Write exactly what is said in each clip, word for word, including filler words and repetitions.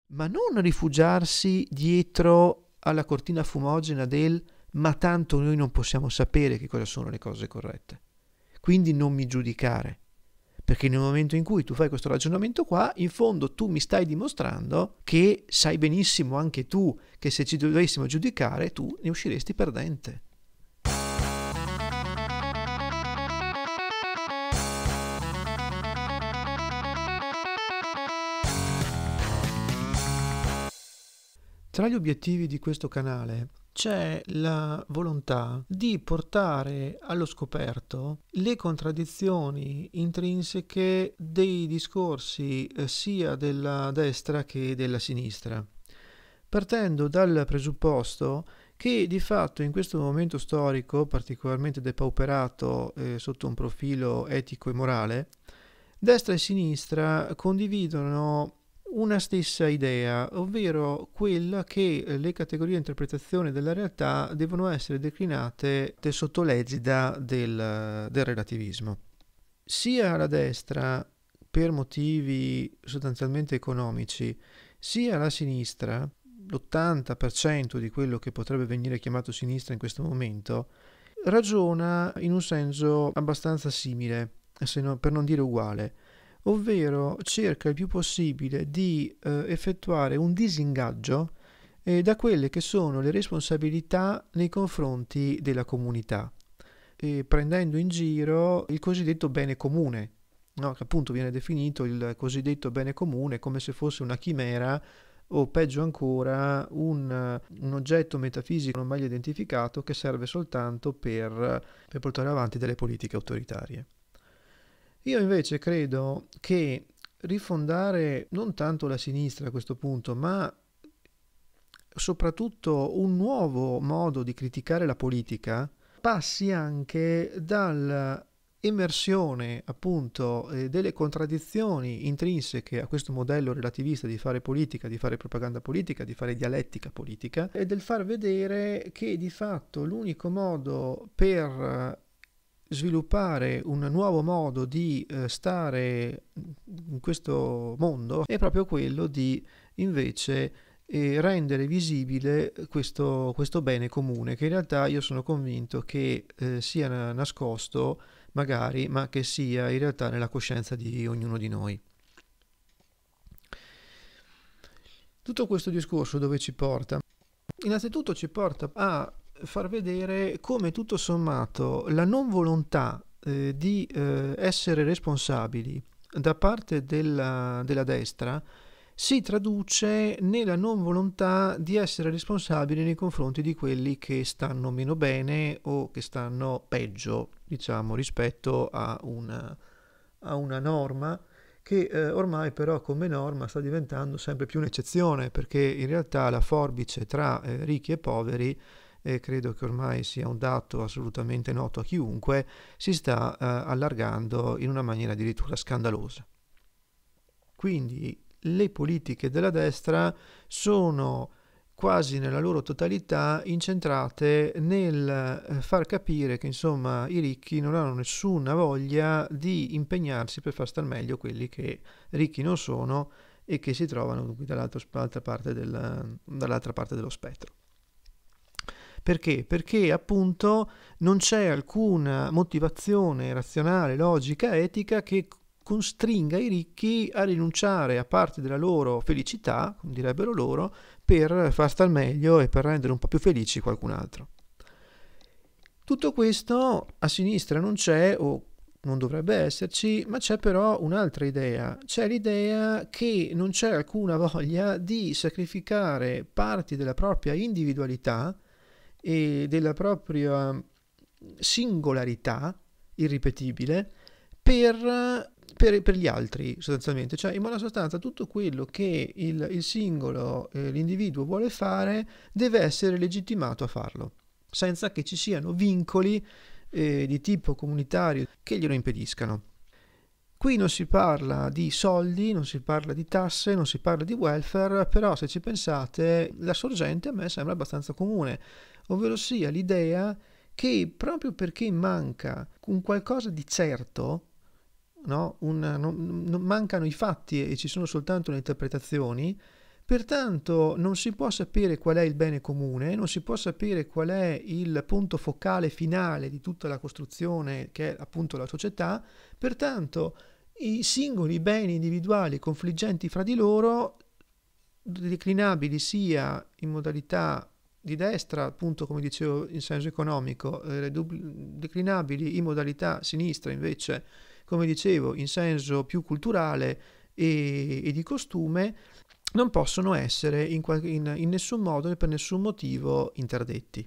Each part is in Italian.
ma non rifugiarsi dietro alla cortina fumogena del ma tanto noi non possiamo sapere che cosa sono le cose corrette, quindi non mi giudicare. Perché nel momento in cui tu fai questo ragionamento qua, in fondo tu mi stai dimostrando che sai benissimo anche tu che se ci dovessimo giudicare tu ne usciresti perdente. Tra gli obiettivi di questo canale c'è la volontà di portare allo scoperto le contraddizioni intrinseche dei discorsi eh, sia della destra che della sinistra, partendo dal presupposto che di fatto in questo momento storico particolarmente depauperato eh, sotto un profilo etico e morale, destra e sinistra condividono una stessa idea, ovvero quella che le categorie di interpretazione della realtà devono essere declinate sotto l'egida del, del relativismo. Sia la destra, per motivi sostanzialmente economici, sia la sinistra, l'ottanta per cento di quello che potrebbe venire chiamato sinistra in questo momento, ragiona in un senso abbastanza simile, se no, per non dire uguale, ovvero cerca il più possibile di eh, effettuare un disingaggio eh, da quelle che sono le responsabilità nei confronti della comunità, eh, prendendo in giro il cosiddetto bene comune, no? Che appunto viene definito il cosiddetto bene comune come se fosse una chimera o peggio ancora un, un oggetto metafisico non meglio identificato che serve soltanto per, per portare avanti delle politiche autoritarie. Io invece credo che rifondare non tanto la sinistra a questo punto, ma soprattutto un nuovo modo di criticare la politica passi anche dall'emersione appunto eh, delle contraddizioni intrinseche a questo modello relativista di fare politica, di fare propaganda politica, di fare dialettica politica e del far vedere che di fatto l'unico modo per sviluppare un nuovo modo di eh, stare in questo mondo è proprio quello di invece eh, rendere visibile questo, questo bene comune che in realtà io sono convinto che eh, sia nascosto magari ma che sia in realtà nella coscienza di ognuno di noi. Tutto questo discorso dove ci porta? Innanzitutto ci porta a far vedere come tutto sommato la non volontà eh, di eh, essere responsabili da parte della, della destra si traduce nella non volontà di essere responsabili nei confronti di quelli che stanno meno bene o che stanno peggio, diciamo, rispetto a una, a una norma che eh, ormai però come norma sta diventando sempre più un'eccezione, perché in realtà la forbice tra eh, ricchi e poveri, e credo che ormai sia un dato assolutamente noto a chiunque, si sta eh, allargando in una maniera addirittura scandalosa. Quindi le politiche della destra sono quasi nella loro totalità incentrate nel far capire che insomma i ricchi non hanno nessuna voglia di impegnarsi per far star meglio quelli che ricchi non sono e che si trovano dall'altra parte, del, dall'altra parte dello spettro. Perché? Perché appunto non c'è alcuna motivazione razionale, logica, etica che costringa i ricchi a rinunciare a parte della loro felicità, come direbbero loro, per far star meglio e per rendere un po' più felici qualcun altro. Tutto questo a sinistra non c'è o non dovrebbe esserci, ma c'è però un'altra idea. C'è l'idea che non c'è alcuna voglia di sacrificare parti della propria individualità e della propria singolarità irripetibile per, per, per gli altri sostanzialmente, cioè in buona sostanza tutto quello che il, il singolo, eh, l'individuo vuole fare deve essere legittimato a farlo, senza che ci siano vincoli eh, di tipo comunitario che glielo impediscano. Qui non si parla di soldi, non si parla di tasse, non si parla di welfare, però se ci pensate la sorgente a me sembra abbastanza comune, ovvero sia l'idea che proprio perché manca un qualcosa di certo, no? un, non, non mancano i fatti e ci sono soltanto le interpretazioni, Pertanto non si può sapere qual è il bene comune, non si può sapere qual è il punto focale finale di tutta la costruzione che è appunto la società, pertanto i singoli beni individuali confliggenti fra di loro, declinabili sia in modalità di destra, appunto come dicevo in senso economico, eh, declinabili in modalità sinistra invece, come dicevo, in senso più culturale e, e di costume, non possono essere in, in, in nessun modo e per nessun motivo interdetti.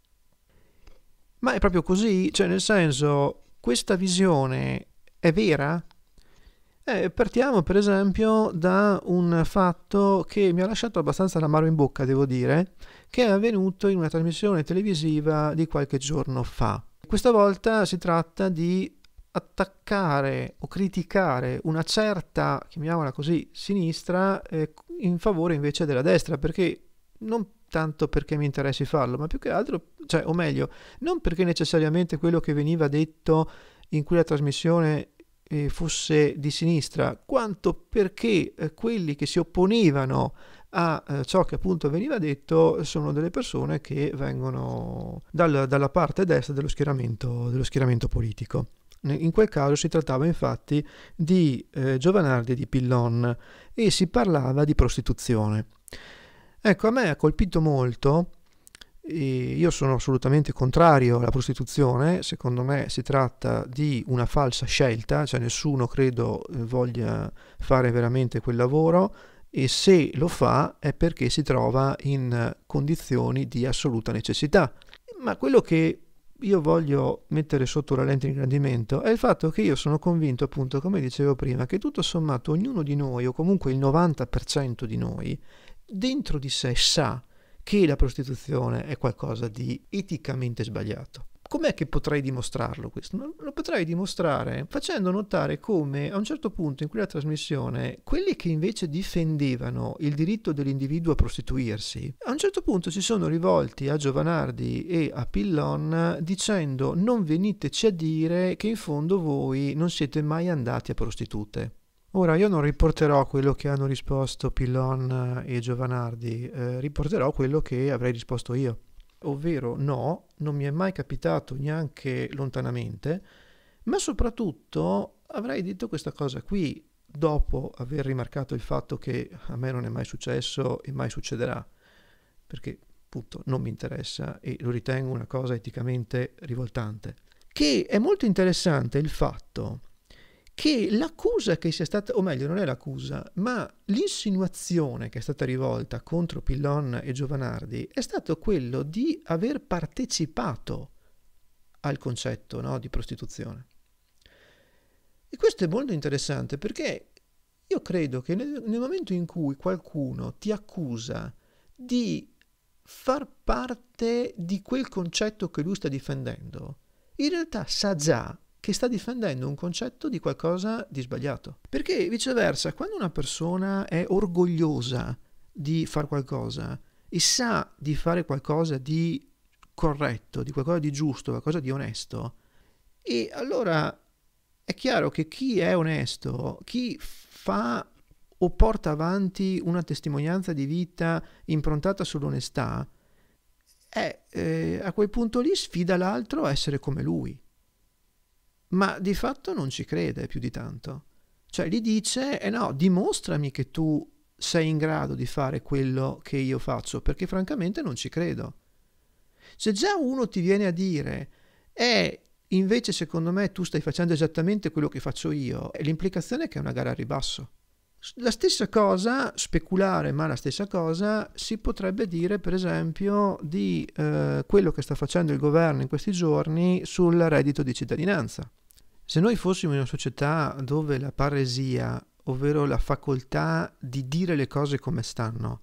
Ma è proprio così? Cioè, nel senso, questa visione è vera? Eh, partiamo per esempio da un fatto che mi ha lasciato abbastanza l'amaro in bocca, devo dire, che è avvenuto in una trasmissione televisiva di qualche giorno fa. Questa volta si tratta di attaccare o criticare una certa, chiamiamola così, sinistra eh, in favore invece della destra, perché non tanto perché mi interessi farlo, ma più che altro, cioè, o meglio, non perché necessariamente quello che veniva detto in quella trasmissione eh, fosse di sinistra, quanto perché eh, quelli che si opponevano a eh, ciò che appunto veniva detto sono delle persone che vengono dal, dalla parte destra dello schieramento, dello schieramento politico. In quel caso si trattava infatti di eh, Giovanardi e di Pillon e si parlava di prostituzione. Ecco, a me ha colpito molto, e io sono assolutamente contrario alla prostituzione, secondo me si tratta di una falsa scelta, cioè nessuno credo voglia fare veramente quel lavoro e se lo fa è perché si trova in condizioni di assoluta necessità. Ma quello che io voglio mettere sotto la lente di ingrandimento è il fatto che io sono convinto, appunto, come dicevo prima, che tutto sommato ognuno di noi, o comunque il novanta per cento di noi, dentro di sé sa che la prostituzione è qualcosa di eticamente sbagliato. Com'è che potrei dimostrarlo questo? Lo potrei dimostrare facendo notare come a un certo punto in quella trasmissione quelli che invece difendevano il diritto dell'individuo a prostituirsi a un certo punto si sono rivolti a Giovanardi e a Pillon dicendo: non veniteci a dire che in fondo voi non siete mai andati a prostitute. Ora io non riporterò quello che hanno risposto Pillon e Giovanardi, eh, riporterò quello che avrei risposto io. Ovvero no, non mi è mai capitato neanche lontanamente, ma soprattutto avrei detto questa cosa qui dopo aver rimarcato il fatto che a me non è mai successo e mai succederà, perché appunto non mi interessa e lo ritengo una cosa eticamente rivoltante. Che è molto interessante il fatto che l'accusa che sia stata, o meglio non è l'accusa, ma l'insinuazione che è stata rivolta contro Pillon e Giovanardi è stato quello di aver partecipato al concetto, no, di prostituzione. E questo è molto interessante perché io credo che nel, nel momento in cui qualcuno ti accusa di far parte di quel concetto che lui sta difendendo, in realtà sa già che sta difendendo un concetto di qualcosa di sbagliato. Perché viceversa, quando una persona è orgogliosa di fare qualcosa e sa di fare qualcosa di corretto, di qualcosa di giusto, qualcosa di onesto, e allora è chiaro che chi è onesto, chi fa o porta avanti una testimonianza di vita improntata sull'onestà, è, eh, a quel punto lì sfida l'altro a essere come lui. Ma di fatto non ci crede più di tanto. Cioè gli dice, eh no, dimostrami che tu sei in grado di fare quello che io faccio, perché francamente non ci credo. Se già uno ti viene a dire, eh, invece secondo me tu stai facendo esattamente quello che faccio io, l'implicazione è che è una gara a ribasso. La stessa cosa, speculare, ma la stessa cosa si potrebbe dire per esempio di eh, quello che sta facendo il governo in questi giorni sul reddito di cittadinanza. Se noi fossimo in una società dove la parresia, ovvero la facoltà di dire le cose come stanno,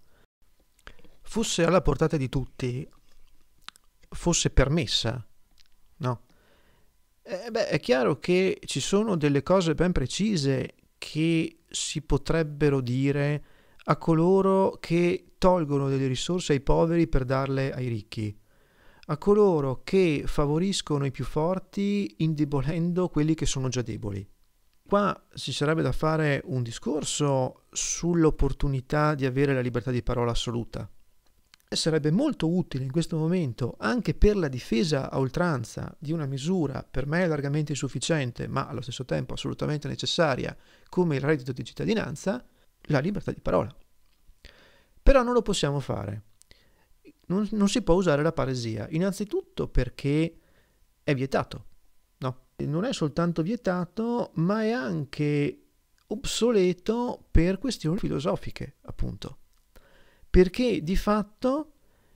fosse alla portata di tutti, fosse permessa, no? Eh, beh, è chiaro che ci sono delle cose ben precise che si potrebbero dire a coloro che tolgono delle risorse ai poveri per darle ai ricchi, a coloro che favoriscono i più forti indebolendo quelli che sono già deboli. qua ci sarebbe da fare un discorso sull'opportunità di avere la libertà di parola assoluta. E sarebbe molto utile in questo momento, anche per la difesa a oltranza di una misura per me largamente insufficiente, ma allo stesso tempo assolutamente necessaria, come il reddito di cittadinanza, la libertà di parola. Però non lo possiamo fare. Non, non si può usare la paresia, innanzitutto perché è vietato. No, non è soltanto vietato, ma è anche obsoleto per questioni filosofiche, appunto. Perché di fatto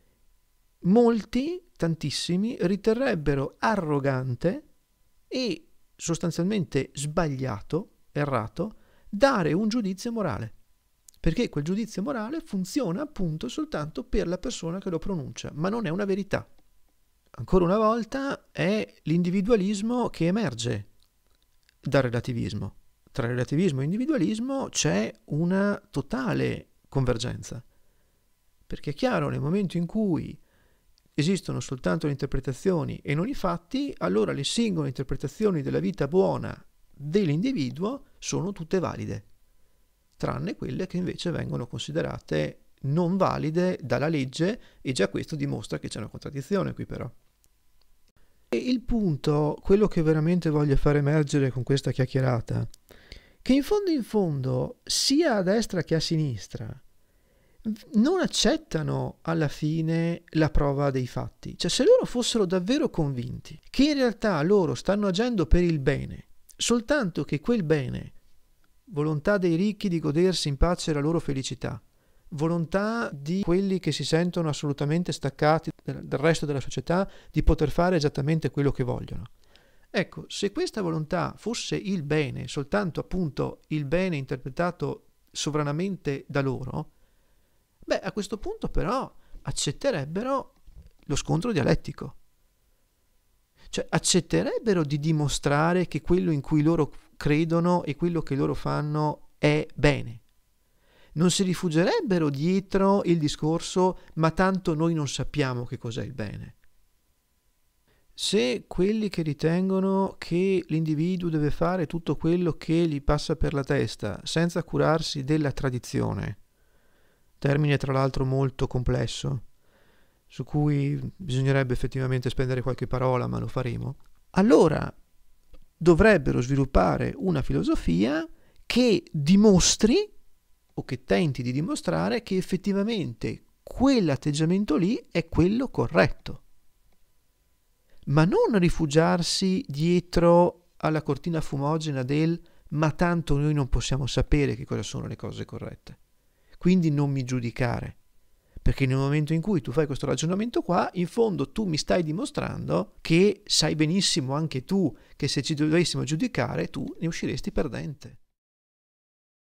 molti, tantissimi, riterrebbero arrogante e sostanzialmente sbagliato, errato, dare un giudizio morale. Perché quel giudizio morale funziona appunto soltanto per la persona che lo pronuncia, ma non è una verità. Ancora una volta è l'individualismo che emerge dal relativismo. Tra relativismo e individualismo c'è una totale convergenza. Perché è chiaro, nel momento in cui esistono soltanto le interpretazioni e non i fatti, allora le singole interpretazioni della vita buona dell'individuo sono tutte valide, tranne quelle che invece vengono considerate non valide dalla legge, e già questo dimostra che c'è una contraddizione qui però. E il punto, quello che veramente voglio far emergere con questa chiacchierata, che in fondo in fondo, sia a destra che a sinistra, non accettano alla fine la prova dei fatti. Cioè, se loro fossero davvero convinti che in realtà loro stanno agendo per il bene, soltanto che quel bene, volontà dei ricchi di godersi in pace la loro felicità, volontà di quelli che si sentono assolutamente staccati dal resto della società di poter fare esattamente quello che vogliono. Ecco, se questa volontà fosse il bene, soltanto appunto il bene interpretato sovranamente da loro, beh, a questo punto però accetterebbero lo scontro dialettico. Cioè, accetterebbero di dimostrare che quello in cui loro credono e quello che loro fanno è bene. Non si rifugierebbero dietro il discorso ma tanto noi non sappiamo che cos'è il bene. Se quelli che ritengono che l'individuo deve fare tutto quello che gli passa per la testa senza curarsi della tradizione, termine tra l'altro molto complesso, su cui bisognerebbe effettivamente spendere qualche parola, ma lo faremo, allora dovrebbero sviluppare una filosofia che dimostri o che tenti di dimostrare che effettivamente quell'atteggiamento lì è quello corretto, ma non rifugiarsi dietro alla cortina fumogena del ma tanto noi non possiamo sapere che cosa sono le cose corrette, quindi non mi giudicare, perché nel momento in cui tu fai questo ragionamento qua, in fondo tu mi stai dimostrando che sai benissimo anche tu che se ci dovessimo giudicare tu ne usciresti perdente.